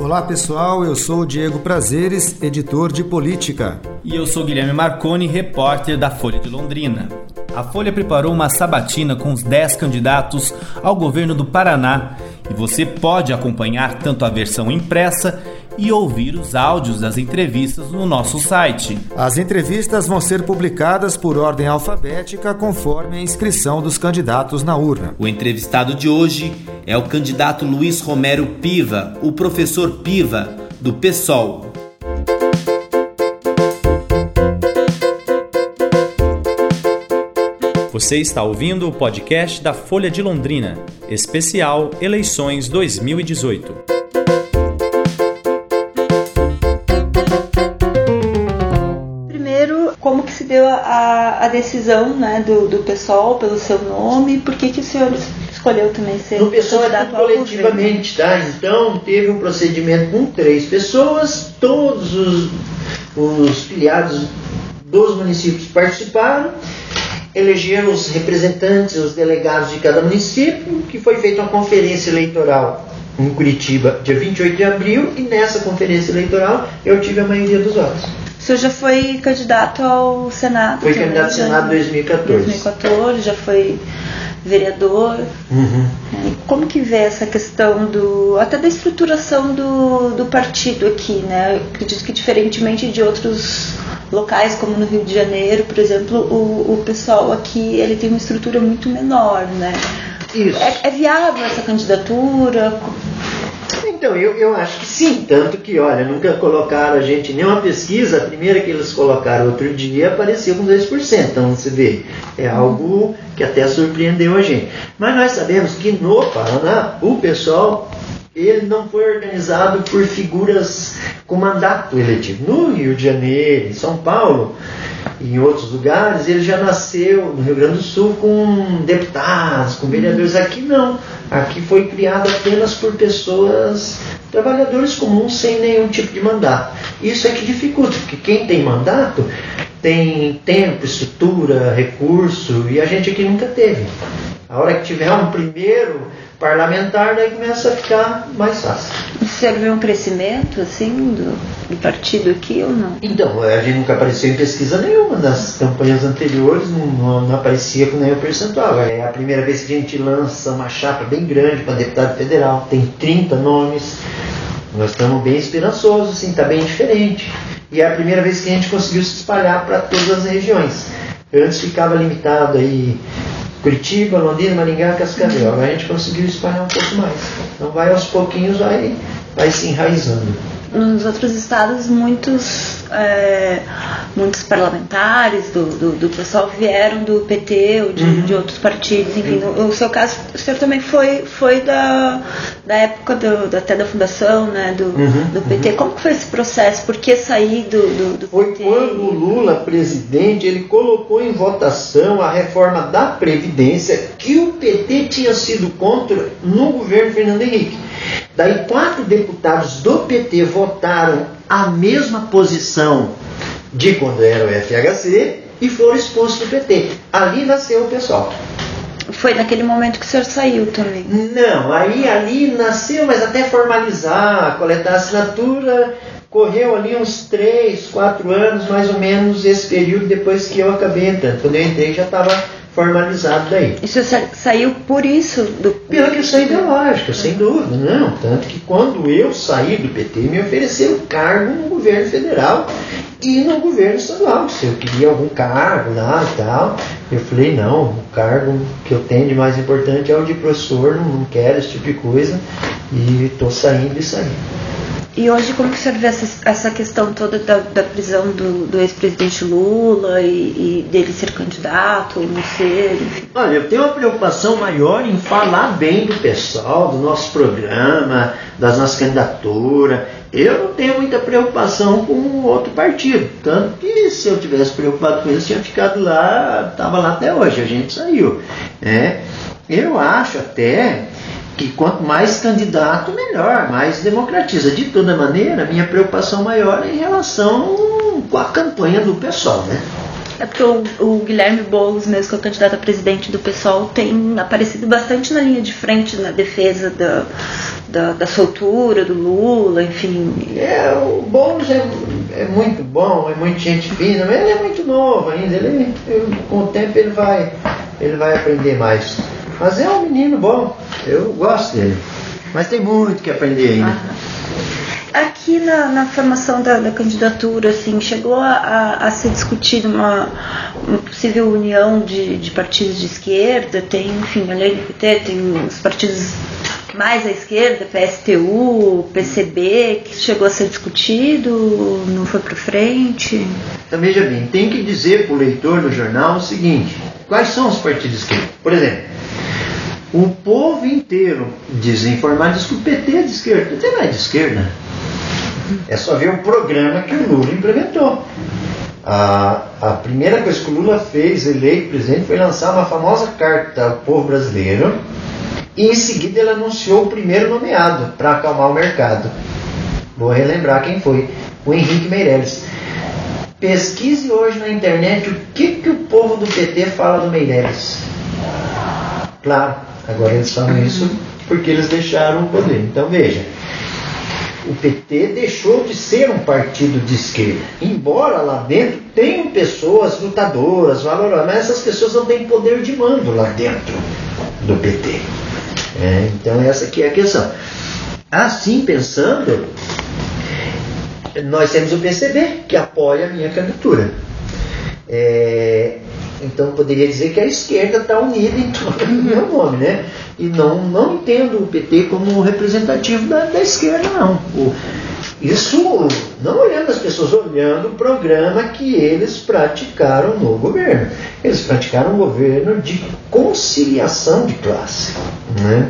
Olá pessoal, eu sou o Diego Prazeres, editor de política. E eu sou Guilherme Marconi, repórter da Folha de Londrina. A Folha preparou uma sabatina com os 10 candidatos ao governo do Paraná e você pode acompanhar tanto a versão impressa e ouvir os áudios das entrevistas no nosso site. As entrevistas vão ser publicadas por ordem alfabética conforme a inscrição dos candidatos na urna. O entrevistado de hoje é o candidato Luiz Romero Piva, o professor Piva, do PSOL. Você está ouvindo o podcast da Folha de Londrina, especial Eleições 2018. Como que se deu a decisão, né, do PSOL pelo seu nome? Por que o senhor escolheu também ser no PSOL candidato ao coletivamente, tá? Então teve um procedimento com 3 pessoas, todos os filiados dos municípios participaram, elegeram os representantes, os delegados de cada município, que foi feita uma conferência eleitoral em Curitiba, dia 28 de abril, e nessa conferência eleitoral eu tive a maioria dos votos. O senhor já foi candidato ao Senado? Foi candidato ao Senado em 2014. 2014, já foi vereador. Uhum. Como que vê essa questão até da estruturação do partido aqui, né? Eu acredito que diferentemente de outros locais, como no Rio de Janeiro, por exemplo, o pessoal aqui ele tem uma estrutura muito menor, né? Isso. É viável essa candidatura? Então, eu acho que sim, tanto que, olha, nunca colocaram a gente em nenhuma pesquisa, a primeira que eles colocaram outro dia apareceu com 2%, então você vê, é algo que até surpreendeu a gente. Mas nós sabemos que no Paraná, o pessoal, ele não foi organizado por figuras com mandato eletivo. No Rio de Janeiro, em São Paulo, e em outros lugares, ele já nasceu no Rio Grande do Sul com deputados, com vereadores. Aqui não. Aqui foi criado apenas por pessoas, trabalhadores comuns, sem nenhum tipo de mandato. Isso é que dificulta, porque quem tem mandato tem tempo, estrutura, recurso, e a gente aqui nunca teve. A hora que tiver um primeiro parlamentar, daí começa a ficar mais fácil. Você vê um crescimento assim do partido aqui ou não? Então, a gente nunca apareceu em pesquisa nenhuma. Nas campanhas anteriores não aparecia com nenhum percentual. É a primeira vez que a gente lança uma chapa bem grande para deputado federal. Tem 30 nomes. Nós estamos bem esperançosos, assim, está bem diferente. E é a primeira vez que a gente conseguiu se espalhar para todas as regiões. Antes ficava limitado aí Curitiba, Londrina, Maringá, Cascavel. Agora a gente conseguiu espalhar um pouco mais. Então vai aos pouquinhos, vai se enraizando. Nos outros estados, muitos parlamentares do pessoal vieram do PT ou de outros partidos. Enfim, no seu caso, o senhor também foi da época até da fundação, né, do PT. Como que foi esse processo? Por que sair do foi PT? Foi quando o Lula, presidente, ele colocou em votação a reforma da Previdência que o PT tinha sido contra no governo Fernando Henrique. Daí 4 deputados do PT votaram a mesma posição de quando era o FHC e foram expulsos do PT. Ali nasceu o PSOL. Foi naquele momento que o senhor saiu também? Não, ali nasceu, mas até formalizar, coletar assinatura, correu ali uns 3, 4 anos, mais ou menos, esse período depois que eu acabei entrando. Quando eu entrei já estava formalizado daí. E você saiu por isso? Pela questão ideológica, sem dúvida, não. Tanto que quando eu saí do PT, me ofereceram cargo no governo federal e no governo estadual. Se eu queria algum cargo lá e tal, eu falei, não, o cargo que eu tenho de mais importante é o de professor, não quero esse tipo de coisa, e estou saindo e saindo. E hoje, como que o senhor vê essa questão toda da prisão do ex-presidente Lula e dele ser candidato ou não ser? Enfim? Olha, eu tenho uma preocupação maior em falar bem do pessoal, do nosso programa, das nossas candidaturas. Eu não tenho muita preocupação com outro partido. Tanto que se eu tivesse preocupado com isso, tinha ficado lá, estava lá até hoje, a gente saiu. Eu acho até que quanto mais candidato, melhor, mais democratiza. De toda maneira, minha preocupação maior é em relação com a campanha do pessoal, né? É porque o Guilherme Boulos, mesmo que é o candidato a presidente do PSOL, tem aparecido bastante na linha de frente na defesa da soltura do Lula, enfim. O Boulos é muito bom, é muito gente fina, mas ele é muito novo ainda. Com o tempo ele vai aprender mais. Mas é um menino bom, eu gosto dele. Mas tem muito que aprender ainda. Aqui na formação da candidatura, assim, chegou a ser discutida uma possível união de partidos de esquerda. Tem, enfim, além do PT, tem os partidos mais à esquerda, PSTU, PCB, que chegou a ser discutido, não foi para frente. Então, veja bem, tem que dizer para o leitor do jornal o seguinte: quais são os partidos de esquerda? Por exemplo, o povo inteiro desinformado diz que o PT é de esquerda. O PT não é de esquerda. É só ver o programa que o Lula implementou. A primeira coisa que o Lula fez, eleito presidente, foi lançar uma famosa carta ao povo brasileiro, e em seguida ele anunciou o primeiro nomeado para acalmar o mercado. Vou relembrar quem foi: o Henrique Meirelles. Pesquise hoje na internet o que o povo do PT fala do Meirelles. Claro, agora eles falam isso porque eles deixaram o poder. Então veja, o PT deixou de ser um partido de esquerda, embora lá dentro tenham pessoas lutadoras, valorosas, mas essas pessoas não têm poder de mando lá dentro do PT. Então essa aqui é a questão. Assim pensando, nós temos o PCB, que apoia a minha candidatura. Então poderia dizer que a esquerda está unida em torno do meu nome, né? E não entendo o PT como representativo da esquerda, não. Isso não olhando as pessoas, olhando o programa que eles praticaram no governo. Eles praticaram um governo de conciliação de classe, né?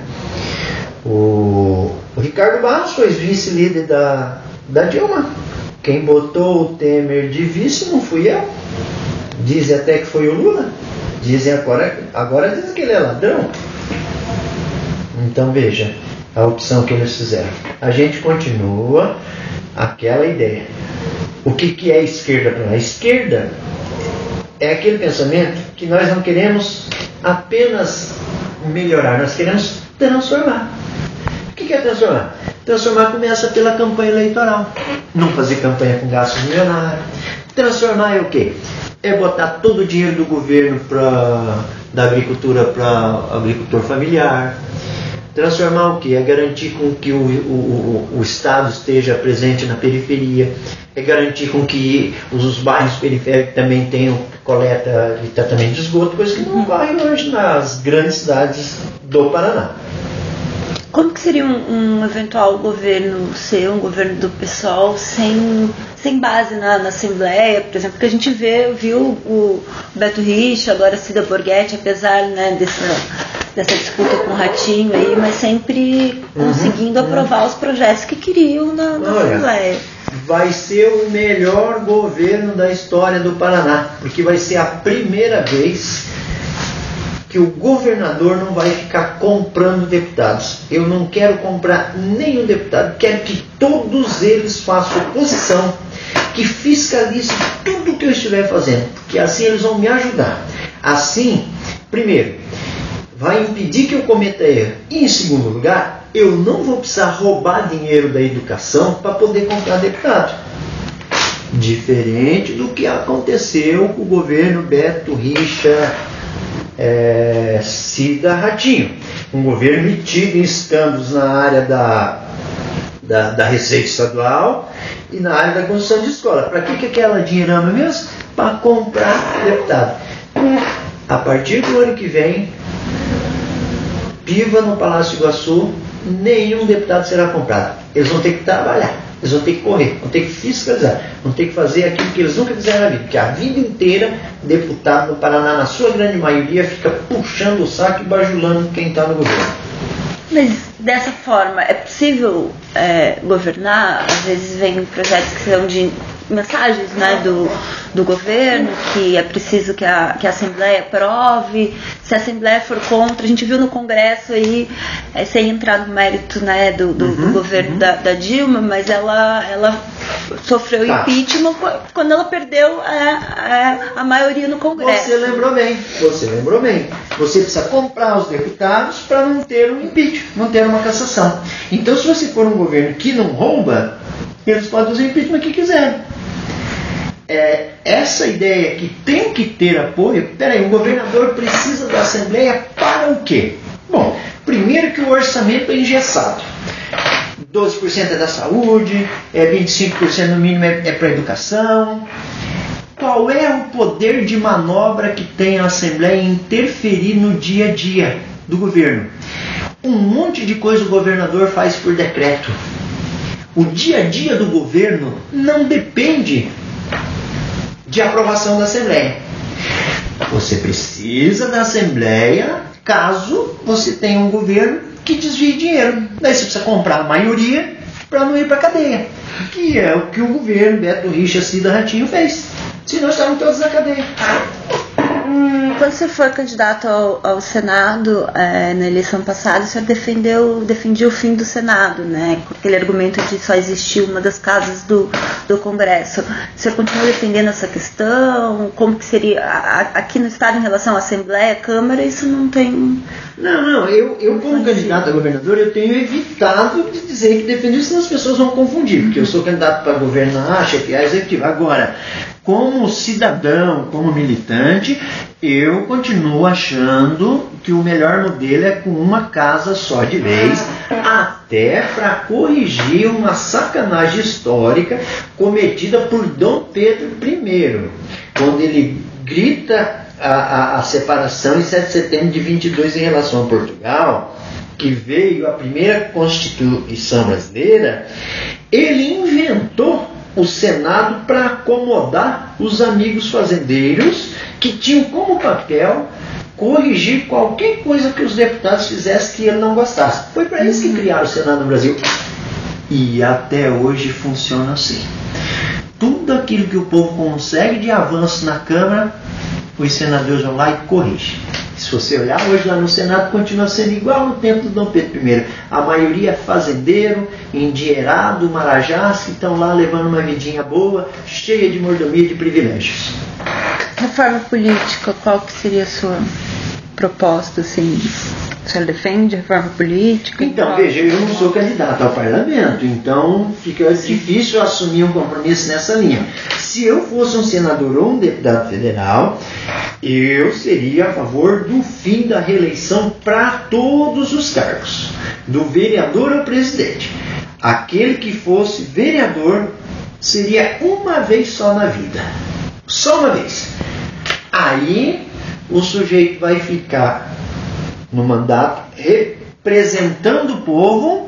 O Ricardo Barros foi vice-líder da Dilma. Quem botou o Temer de vice não fui eu. Dizem até que foi o Lula. Dizem agora dizem que ele é ladrão. Então veja a opção que eles fizeram. A gente continua aquela ideia. O que é esquerda para nós? A esquerda é aquele pensamento que nós não queremos apenas melhorar, nós queremos transformar. O que é transformar? Transformar começa pela campanha eleitoral. Não fazer campanha com gastos milionários. Transformar é o quê? É botar todo o dinheiro do governo da agricultura para agricultor familiar. Transformar o quê? É garantir com que o Estado esteja presente na periferia. É garantir com que os bairros periféricos também tenham coleta e tratamento de esgoto, coisa que não ocorre hoje nas grandes cidades do Paraná. Como que seria um eventual governo ser um governo do PSOL sem base na Assembleia, por exemplo, que a gente viu o Beto Richa, agora a Cida Borghetti, apesar, né, dessa disputa com o Ratinho aí, mas sempre conseguindo aprovar os projetos que queriam na Assembleia. Vai ser o melhor governo da história do Paraná, porque vai ser a primeira vez que o governador não vai ficar comprando deputados. Eu não quero comprar nenhum deputado, quero que todos eles façam oposição, que fiscalizem tudo que eu estiver fazendo, porque assim eles vão me ajudar. Assim, primeiro, vai impedir que eu cometa erro. E em segundo lugar, eu não vou precisar roubar dinheiro da educação para poder comprar deputado. Diferente do que aconteceu com o governo Beto Richa, Cida, Ratinho, um governo metido em escândalos na área da Receita Estadual e na área da construção de escola. Para que aquela dinheirama mesmo? Para comprar deputado. A partir do ano que vem, piva no Palácio Iguaçu, nenhum deputado será comprado. Eles vão ter que trabalhar, eles vão ter que correr, vão ter que fiscalizar, vão ter que fazer aquilo que eles nunca fizeram na vida, porque a vida inteira, deputado no Paraná, na sua grande maioria, fica puxando o saco e bajulando quem está no governo. Mas dessa forma, é possível governar? Às vezes vem projetos que são de mensagens, né, do governo, que é preciso que a Assembleia aprove. se a Assembleia for contra, a gente viu no Congresso aí, sem entrar no mérito, né, do governo da Dilma, mas ela sofreu impeachment quando ela perdeu a maioria no Congresso. Você lembrou bem. Você precisa comprar os deputados para não ter um impeachment, não ter uma cassação. Então, se você for um governo que não rouba, eles podem fazer o impeachment que quiserem. Essa ideia que tem que ter apoio, peraí, o governador precisa da Assembleia para o quê? Bom, primeiro que o orçamento é engessado. 12% é da saúde, 25% no mínimo é para a educação. Qual é o poder de manobra que tem a Assembleia em interferir no dia a dia do governo? Um monte de coisa o governador faz por decreto. O dia a dia do governo não depende de aprovação da Assembleia. Você precisa da Assembleia caso você tenha um governo que desvie dinheiro. Daí você precisa comprar a maioria para não ir para a cadeia. Que é o que o governo Beto Richa, Cida Ratinho fez. Senão estavam todos na cadeia. Quando você foi candidato ao Senado, na eleição passada, o senhor defendia o fim do Senado, né? Com aquele argumento de só existir uma das casas do Congresso. O senhor continua defendendo essa questão? Como que seria aqui no Estado em relação à Assembleia, Câmara? Isso não tem... Não. Eu como candidato a governador, eu tenho evitado de dizer que defendi, senão as pessoas vão confundir, porque eu sou candidato para governar, chefiar executivo. Agora, como cidadão, como militante, eu continuo achando que o melhor modelo é com uma casa só de vez, até para corrigir uma sacanagem histórica cometida por Dom Pedro I, quando ele grita a separação em 7 de setembro de 22 em relação a Portugal, que veio a primeira Constituição brasileira. Ele inventou o Senado para acomodar os amigos fazendeiros que tinham como papel corrigir qualquer coisa que os deputados fizessem que ele não gostasse. Foi para isso que criaram o Senado no Brasil. E até hoje funciona assim. Tudo aquilo que o povo consegue de avanço na Câmara, os senadores vão lá e corrigem. Se você olhar hoje lá no Senado, continua sendo igual no tempo do Dom Pedro I. A maioria é fazendeiro, endinheirado, marajás, que estão lá levando uma vidinha boa, cheia de mordomia e de privilégios. Reforma política, qual que seria a sua proposta, assim? O senhor defende reforma política? Então, veja, eu não sou candidato ao parlamento, então fica difícil assumir um compromisso nessa linha. Se eu fosse um senador ou um deputado federal, eu seria a favor do fim da reeleição para todos os cargos, do vereador ao presidente. Aquele que fosse vereador seria uma vez só na vida. Só uma vez. Aí o sujeito vai ficar no mandato representando o povo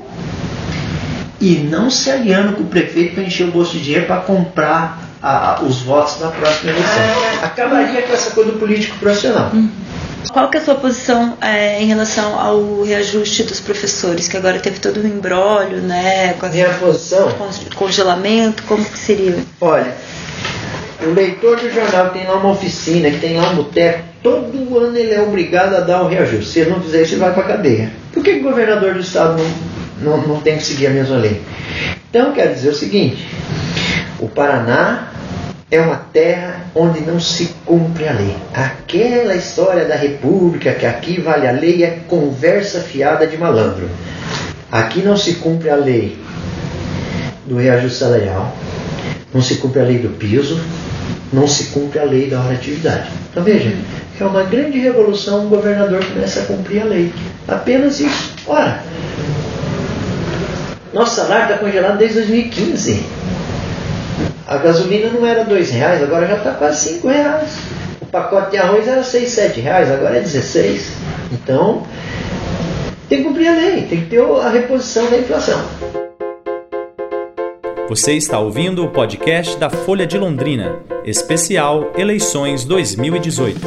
e não se aliando com o prefeito para encher o bolso de dinheiro para comprar os votos na próxima eleição. Acabaria com essa coisa do político profissional. Qual que é a sua posição em relação ao reajuste dos professores, que agora teve todo um imbróglio, né? Com Minha posição? Congelamento, como que seria? Olha, o leitor do jornal que tem lá uma oficina, que tem lá um boteco, todo ano ele é obrigado a dar o reajuste. Se ele não fizer isso, ele vai para a cadeia. Por que o governador do estado não tem que seguir a mesma lei? Então, quero dizer o seguinte: o Paraná é uma terra onde não se cumpre a lei. Aquela história da república, que aqui vale a lei, é conversa fiada de malandro. Aqui não se cumpre a lei do reajuste salarial, não se cumpre a lei do piso, não se cumpre a lei da hora de atividade. Então veja, é uma grande revolução, o governador começa a cumprir a lei. Apenas isso. Ora, nosso salário está congelado desde 2015. A gasolina não era R$2, agora já está quase R$5. O pacote de arroz era R$6, R$7, agora é R$16. Então, tem que cumprir a lei, tem que ter a reposição da inflação. Você está ouvindo o podcast da Folha de Londrina, especial Eleições 2018.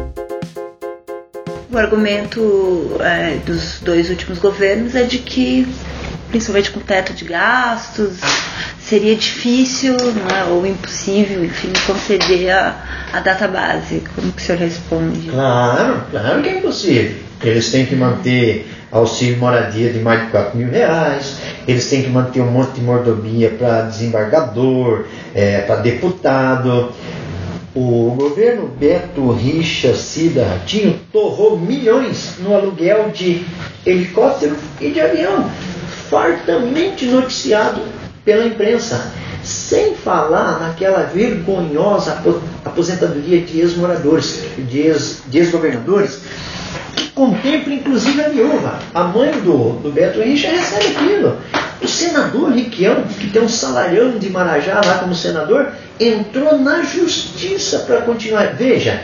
O argumento dos dois últimos governos é de que, principalmente com teto de gastos, seria difícil, né, ou impossível, enfim, conceder a database. Como que o senhor responde? Claro que é impossível. Eles têm que manter auxílio moradia de mais de R$4.000, eles têm que manter um monte de mordomia para desembargador, para deputado. O governo Beto Richa Cida Ratinho torrou milhões no aluguel de helicóptero e de avião, fartamente noticiado pela imprensa, sem falar naquela vergonhosa aposentadoria de ex-moradores, de ex-governadores, que contempla inclusive a viúva. A mãe do Beto Richa recebe aquilo. O senador Riquião, que tem um salarião de Marajá lá como senador, entrou na justiça para continuar. Veja,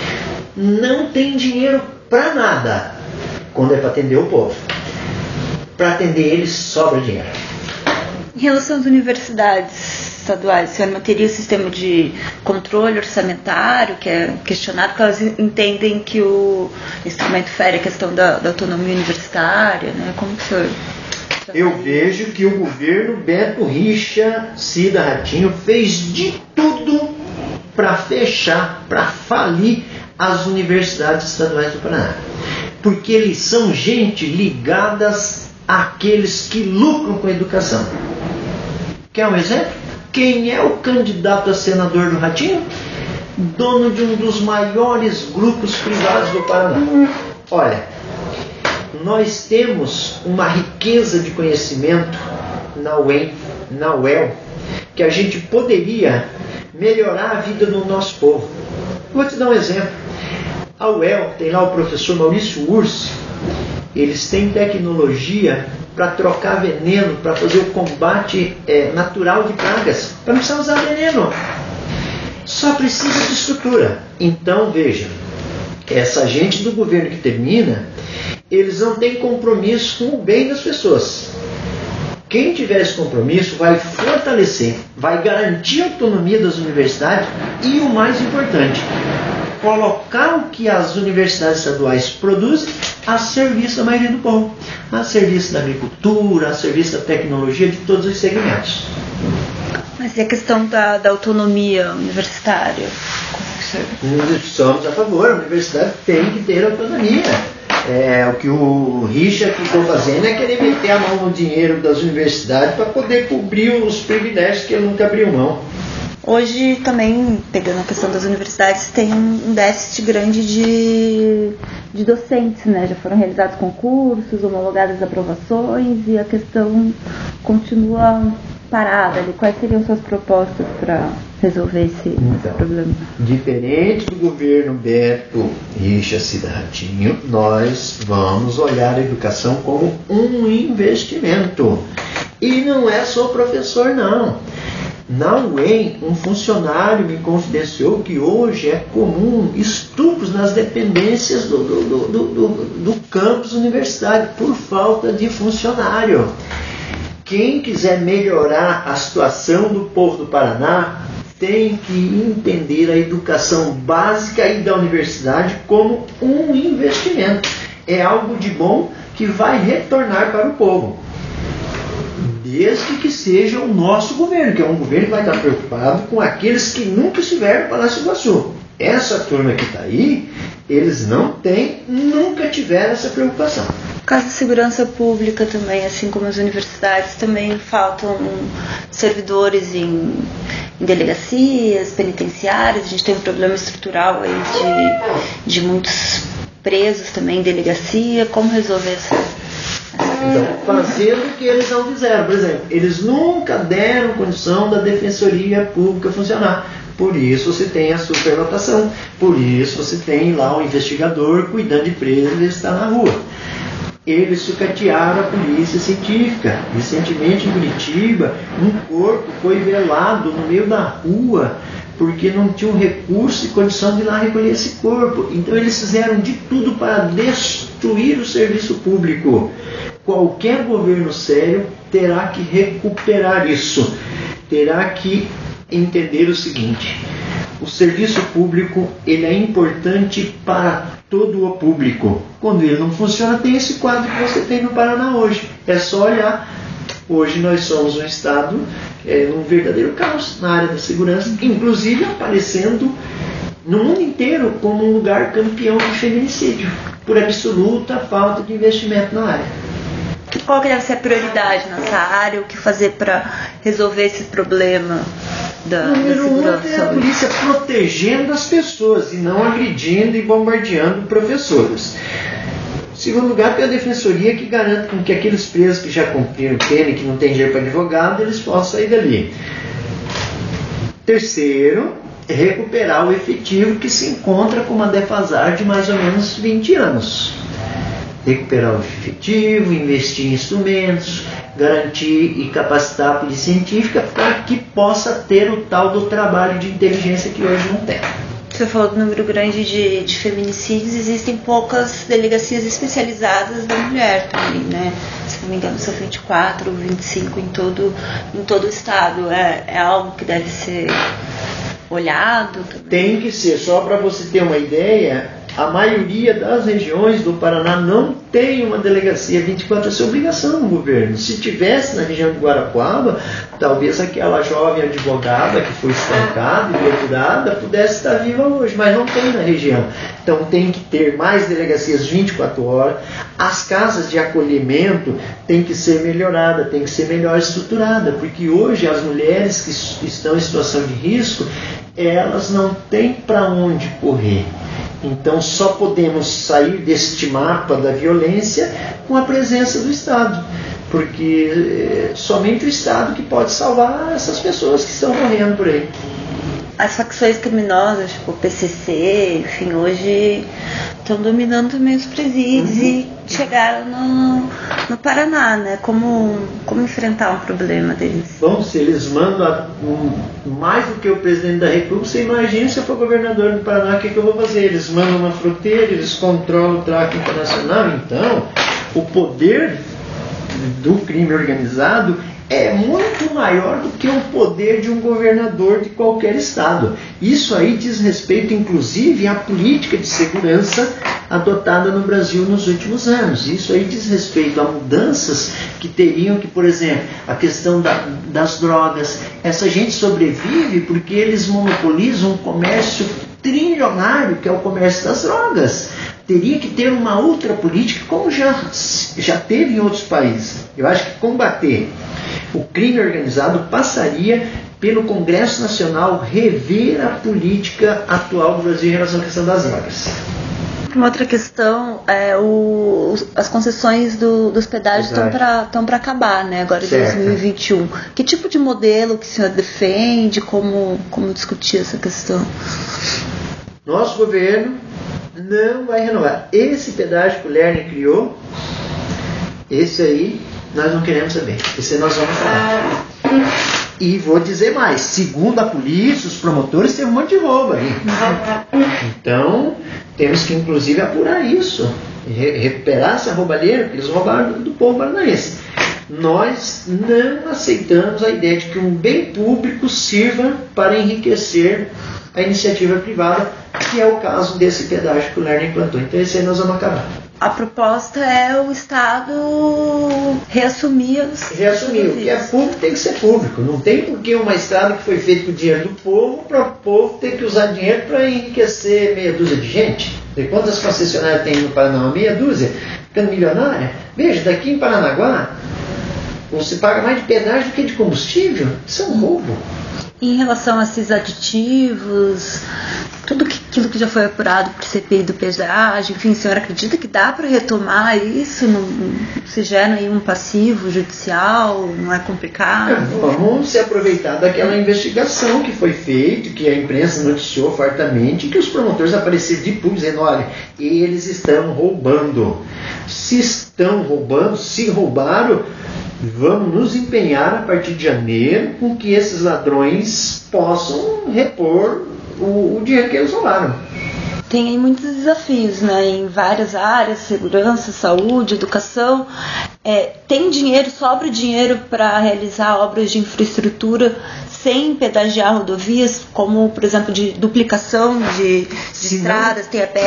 não tem dinheiro para nada quando é para atender o povo. Para atender eles sobra dinheiro. Em relação às universidades estaduais, o senhor manteria o sistema de controle orçamentário, que é questionado, porque elas entendem que o instrumento fere a questão da autonomia universitária, né? Como que o senhor... Eu vejo que o governo Beto Richa Cida Ratinho fez de tudo para fechar, para falir as universidades estaduais do Paraná. Porque eles são gente ligadas àqueles que lucram com a educação. Quer um exemplo? Quem é o candidato a senador do Ratinho? Dono de um dos maiores grupos privados do Paraná. Olha, nós temos uma riqueza de conhecimento na UEL, que a gente poderia melhorar a vida do nosso povo. Vou te dar um exemplo. A UEL tem lá o professor Maurício Ursi. Eles têm tecnologia para trocar veneno, para fazer o combate natural de pragas, para não precisar usar veneno. Só precisa de estrutura. Então, veja, essa gente do governo que termina, eles não têm compromisso com o bem das pessoas. Quem tiver esse compromisso vai fortalecer, vai garantir a autonomia das universidades e, o mais importante, colocar o que as universidades estaduais produzem a serviço da maioria do povo, a serviço da agricultura, a serviço da tecnologia, de todos os segmentos. Mas e a questão da autonomia universitária? Somos a favor, a universidade tem que ter autonomia. O que o Richa ficou fazendo é querer meter a mão no dinheiro das universidades para poder cobrir os privilégios que ele nunca abriu mão. Hoje também, pegando a questão das universidades, tem um déficit grande de docentes, né? Já foram realizados concursos, homologadas aprovações e a questão continua parada ali. Quais seriam suas propostas para resolver esse problema? Diferente do governo Beto Richa Cida Ratinho, nós vamos olhar a educação como um investimento. E não é só professor, não. Na UEM, um funcionário me confidenciou que hoje é comum estupros nas dependências do campus universitário por falta de funcionário. Quem quiser melhorar a situação do povo do Paraná tem que entender a educação básica e da universidade como um investimento. É algo de bom que vai retornar para o povo. Desde que seja o nosso governo, que é um governo que vai estar preocupado com aqueles que nunca estiveram no Palácio Iguaçu. Essa turma que está aí, eles nunca tiveram essa preocupação. No caso da segurança pública também, assim como as universidades, também faltam servidores em delegacias, penitenciárias. A gente tem um problema estrutural aí de muitos presos também em delegacia. Como resolver essa Então, fazendo o que eles não fizeram. Por exemplo, eles nunca deram condição da Defensoria Pública funcionar. Por isso você tem a superlotação. Por isso você tem lá um investigador cuidando de presos e ele está na rua. Eles sucatearam a polícia científica. Recentemente em Curitiba, um corpo foi velado no meio da rua porque não tinham recurso e condição de ir lá recolher esse corpo. Então eles fizeram de tudo para destruir o serviço público. Qualquer governo sério terá que recuperar isso. Terá que entender o seguinte: o serviço público ele é importante para todo o público. Quando ele não funciona, tem esse quadro que você tem no Paraná hoje. É só olhar Hoje nós somos um estado, um verdadeiro caos na área da segurança, inclusive aparecendo no mundo inteiro como um lugar campeão de feminicídio, por absoluta falta de investimento na área. Qual que deve ser a prioridade nessa área? O que fazer para resolver esse problema da segurança? É a polícia protegendo as pessoas e não agredindo e bombardeando professores. Em segundo lugar, tem a defensoria que garante que aqueles presos que já cumpriram pena e que não tem dinheiro para advogado, eles possam sair dali. Terceiro, recuperar o efetivo que se encontra com uma defasagem de mais ou menos 20 anos. Recuperar o efetivo, investir em instrumentos, garantir e capacitar a polícia científica para que possa ter o tal do trabalho de inteligência que hoje não tem. Você falou do número grande de feminicídios, existem poucas delegacias especializadas da mulher também, né? Se não me engano, são 24 ou 25 em todo o estado. É algo que deve ser olhado também? Tem que ser, só para você ter uma ideia, a maioria das regiões do Paraná não tem uma delegacia 24, essa é obrigação do governo. Se tivesse na região de Guarapuava, talvez aquela jovem advogada que foi espancada e torturada pudesse estar viva hoje, mas não tem na região. Então tem que ter mais delegacias 24 horas, as casas de acolhimento têm que ser melhoradas, têm que ser melhor estruturadas, porque hoje as mulheres que estão em situação de risco, elas não têm para onde correr. Então só podemos sair deste mapa da violência com a presença do Estado, porque somente o Estado que pode salvar essas pessoas que estão morrendo por aí. As facções criminosas, tipo o PCC, enfim, hoje estão dominando também os presídios e chegaram no Paraná, né? Como enfrentar um problema deles? Bom, se eles mandam mais do que o presidente da República, você imagina se eu for governador do Paraná, o que eu vou fazer? Eles mandam uma fronteira, eles controlam o tráfico internacional, então o poder do crime organizado é muito maior do que o poder de um governador de qualquer estado. Isso aí diz respeito, inclusive, à política de segurança adotada no Brasil nos últimos anos. Isso aí diz respeito a mudanças que teriam que, por exemplo, a questão das drogas. Essa gente sobrevive porque eles monopolizam um comércio trilionário, que é o comércio das drogas. Teria que ter uma outra política, como já teve em outros países. Eu acho que combater o crime organizado passaria pelo Congresso Nacional rever a política atual do Brasil em relação à questão das drogas. Uma outra questão é as concessões dos pedágios estão para acabar, né? Agora em 2021. Que tipo de modelo que o senhor defende? Como discutir essa questão? Nosso governo não vai renovar. Esse pedágio que o Lerner criou, esse aí nós não queremos saber. Esse nós vamos falar. E vou dizer mais, segundo a polícia, os promotores têm um monte de roubo aí. Então, temos que inclusive apurar isso, recuperar essa roubalheira que eles roubaram do povo paranaense. Nós não aceitamos a ideia de que um bem público sirva para enriquecer a iniciativa privada, que é o caso desse pedágio que o Lerner implantou. Então esse aí nós vamos acabar. A proposta é o Estado reassumir os... Reassumir. O que é público tem que ser público. Não tem por que uma estrada que foi feita com o dinheiro do povo para o povo ter que usar dinheiro para enriquecer meia dúzia de gente. E quantas concessionárias tem no Paraná? Uma meia dúzia? Ficando milionária? Veja, daqui em Paranaguá, você paga mais de pedágio do que de combustível. Isso é um roubo. Em relação a esses aditivos, tudo aquilo que já foi apurado por CPI do pedágio, enfim, a senhora acredita que dá para retomar isso? Não se gera aí um passivo judicial? Não é complicado? Vamos se aproveitar daquela investigação que foi feita, que a imprensa noticiou fartamente, que os promotores apareceram de público dizendo, olha, eles estão roubando. Se estão roubando, se roubaram, vamos nos empenhar a partir de janeiro com que esses ladrões possam repor o dinheiro que eles roubaram. Tem aí muitos desafios, né, em várias áreas, segurança, saúde, educação. Tem dinheiro, sobra dinheiro para realizar obras de infraestrutura sem pedagiar rodovias, como, por exemplo, de duplicação de estradas, tem a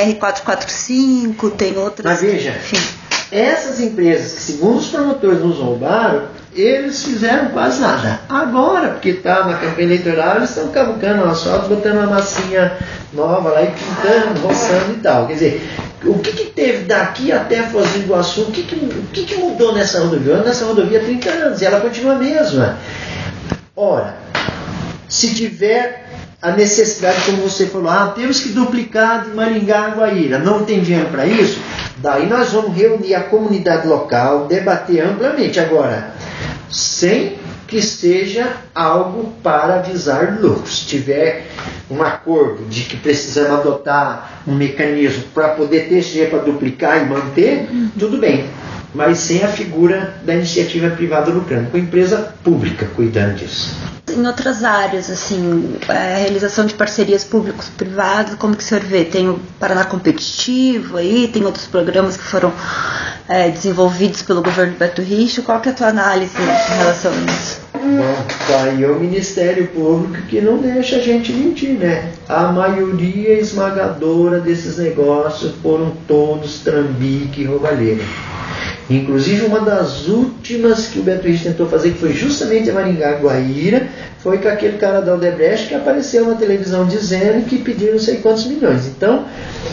PR-445, tem outras... Mas veja, essas empresas que, segundo os promotores, nos roubaram, eles fizeram quase nada. Agora, porque está na campanha eleitoral, eles estão cavucando o asfalto, botando uma massinha nova lá e pintando, roçando e tal. Quer dizer, o que teve daqui até Foz do Iguaçu? O que mudou nessa rodovia? Nessa rodovia há 30 anos e ela continua a mesma. Ora, se tiver a necessidade, como você falou, temos que duplicar de Maringá a Guaíra, não tem dinheiro para isso, daí nós vamos reunir a comunidade local, debater amplamente. Agora, sem que seja algo para visar lucro. Se tiver um acordo de que precisamos adotar um mecanismo para poder ter dinheiro para duplicar e manter, tudo bem. Mas sem a figura da iniciativa privada lucrando, com a empresa pública cuidando disso. Em outras áreas, assim, a realização de parcerias públicos-privadas, como que o senhor vê? Tem o Paraná Competitivo aí, tem outros programas que foram desenvolvidos pelo governo Beto Richa. Qual que é a tua análise em relação a isso? Bom, tá aí o Ministério Público que não deixa a gente mentir, né? A maioria esmagadora desses negócios foram todos trambique e roubalheira. Inclusive, uma das últimas que o Beto Richa tentou fazer, que foi justamente a Maringá Guaíra, foi com aquele cara da Odebrecht que apareceu na televisão dizendo que pediram não sei quantos milhões. Então,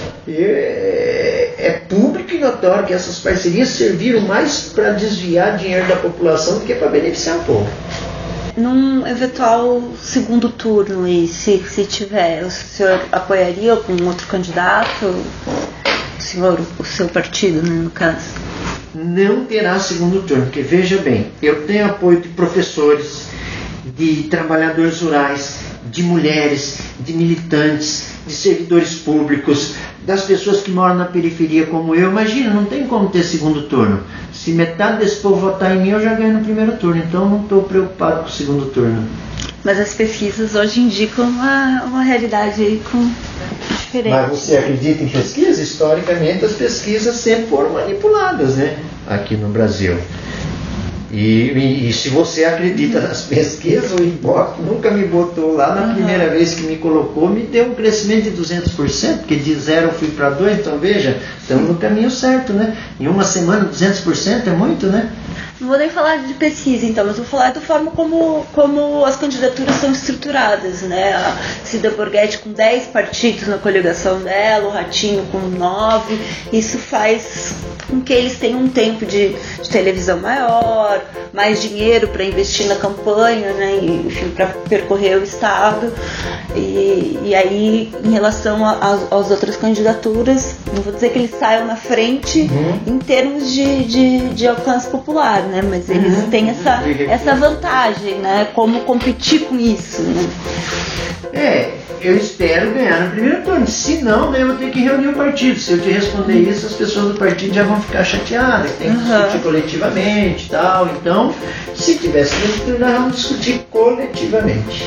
é público e notório que essas parcerias serviram mais para desviar dinheiro da população do que para beneficiar o povo. Num eventual segundo turno, e se tiver, o senhor apoiaria algum outro candidato? O seu partido, né, no caso? Não terá segundo turno, porque veja bem, eu tenho apoio de professores, de trabalhadores rurais, de mulheres, de militantes, de servidores públicos, das pessoas que moram na periferia como eu. Imagina, não tem como ter segundo turno. Se metade desse povo votar em mim, eu já ganho no primeiro turno, então não estou preocupado com o segundo turno. Mas as pesquisas hoje indicam uma realidade aí diferente. Mas você acredita em pesquisa? Historicamente, as pesquisas sempre foram manipuladas, né? Aqui no Brasil. E se você acredita nas pesquisas, o IBOC nunca me botou lá. Na primeira vez que me colocou, me deu um crescimento de 200%, porque de 0 eu fui para 2, então veja, estamos no caminho certo, né? Em uma semana, 200% é muito, né? Não vou nem falar de pesquisa, então, mas vou falar da forma como as candidaturas são estruturadas, né? A Cida Borghetti com 10 partidos na coligação dela, o Ratinho com 9. Isso faz com que eles tenham um tempo de televisão maior, mais dinheiro para investir na campanha, né? E, enfim, para percorrer o estado. E aí, em relação às outras candidaturas, não vou dizer que eles saiam na frente em termos de alcance popular, né? Mas eles têm essa vantagem, né? Como competir com isso, né? Eu espero ganhar no primeiro turno. Se não, daí eu vou ter que reunir o partido. Se eu te responder isso, as pessoas do partido já vão ficar chateadas, que tem que discutir coletivamente e tal. Então, se tivesse primeiro turno, nós vamos discutir coletivamente.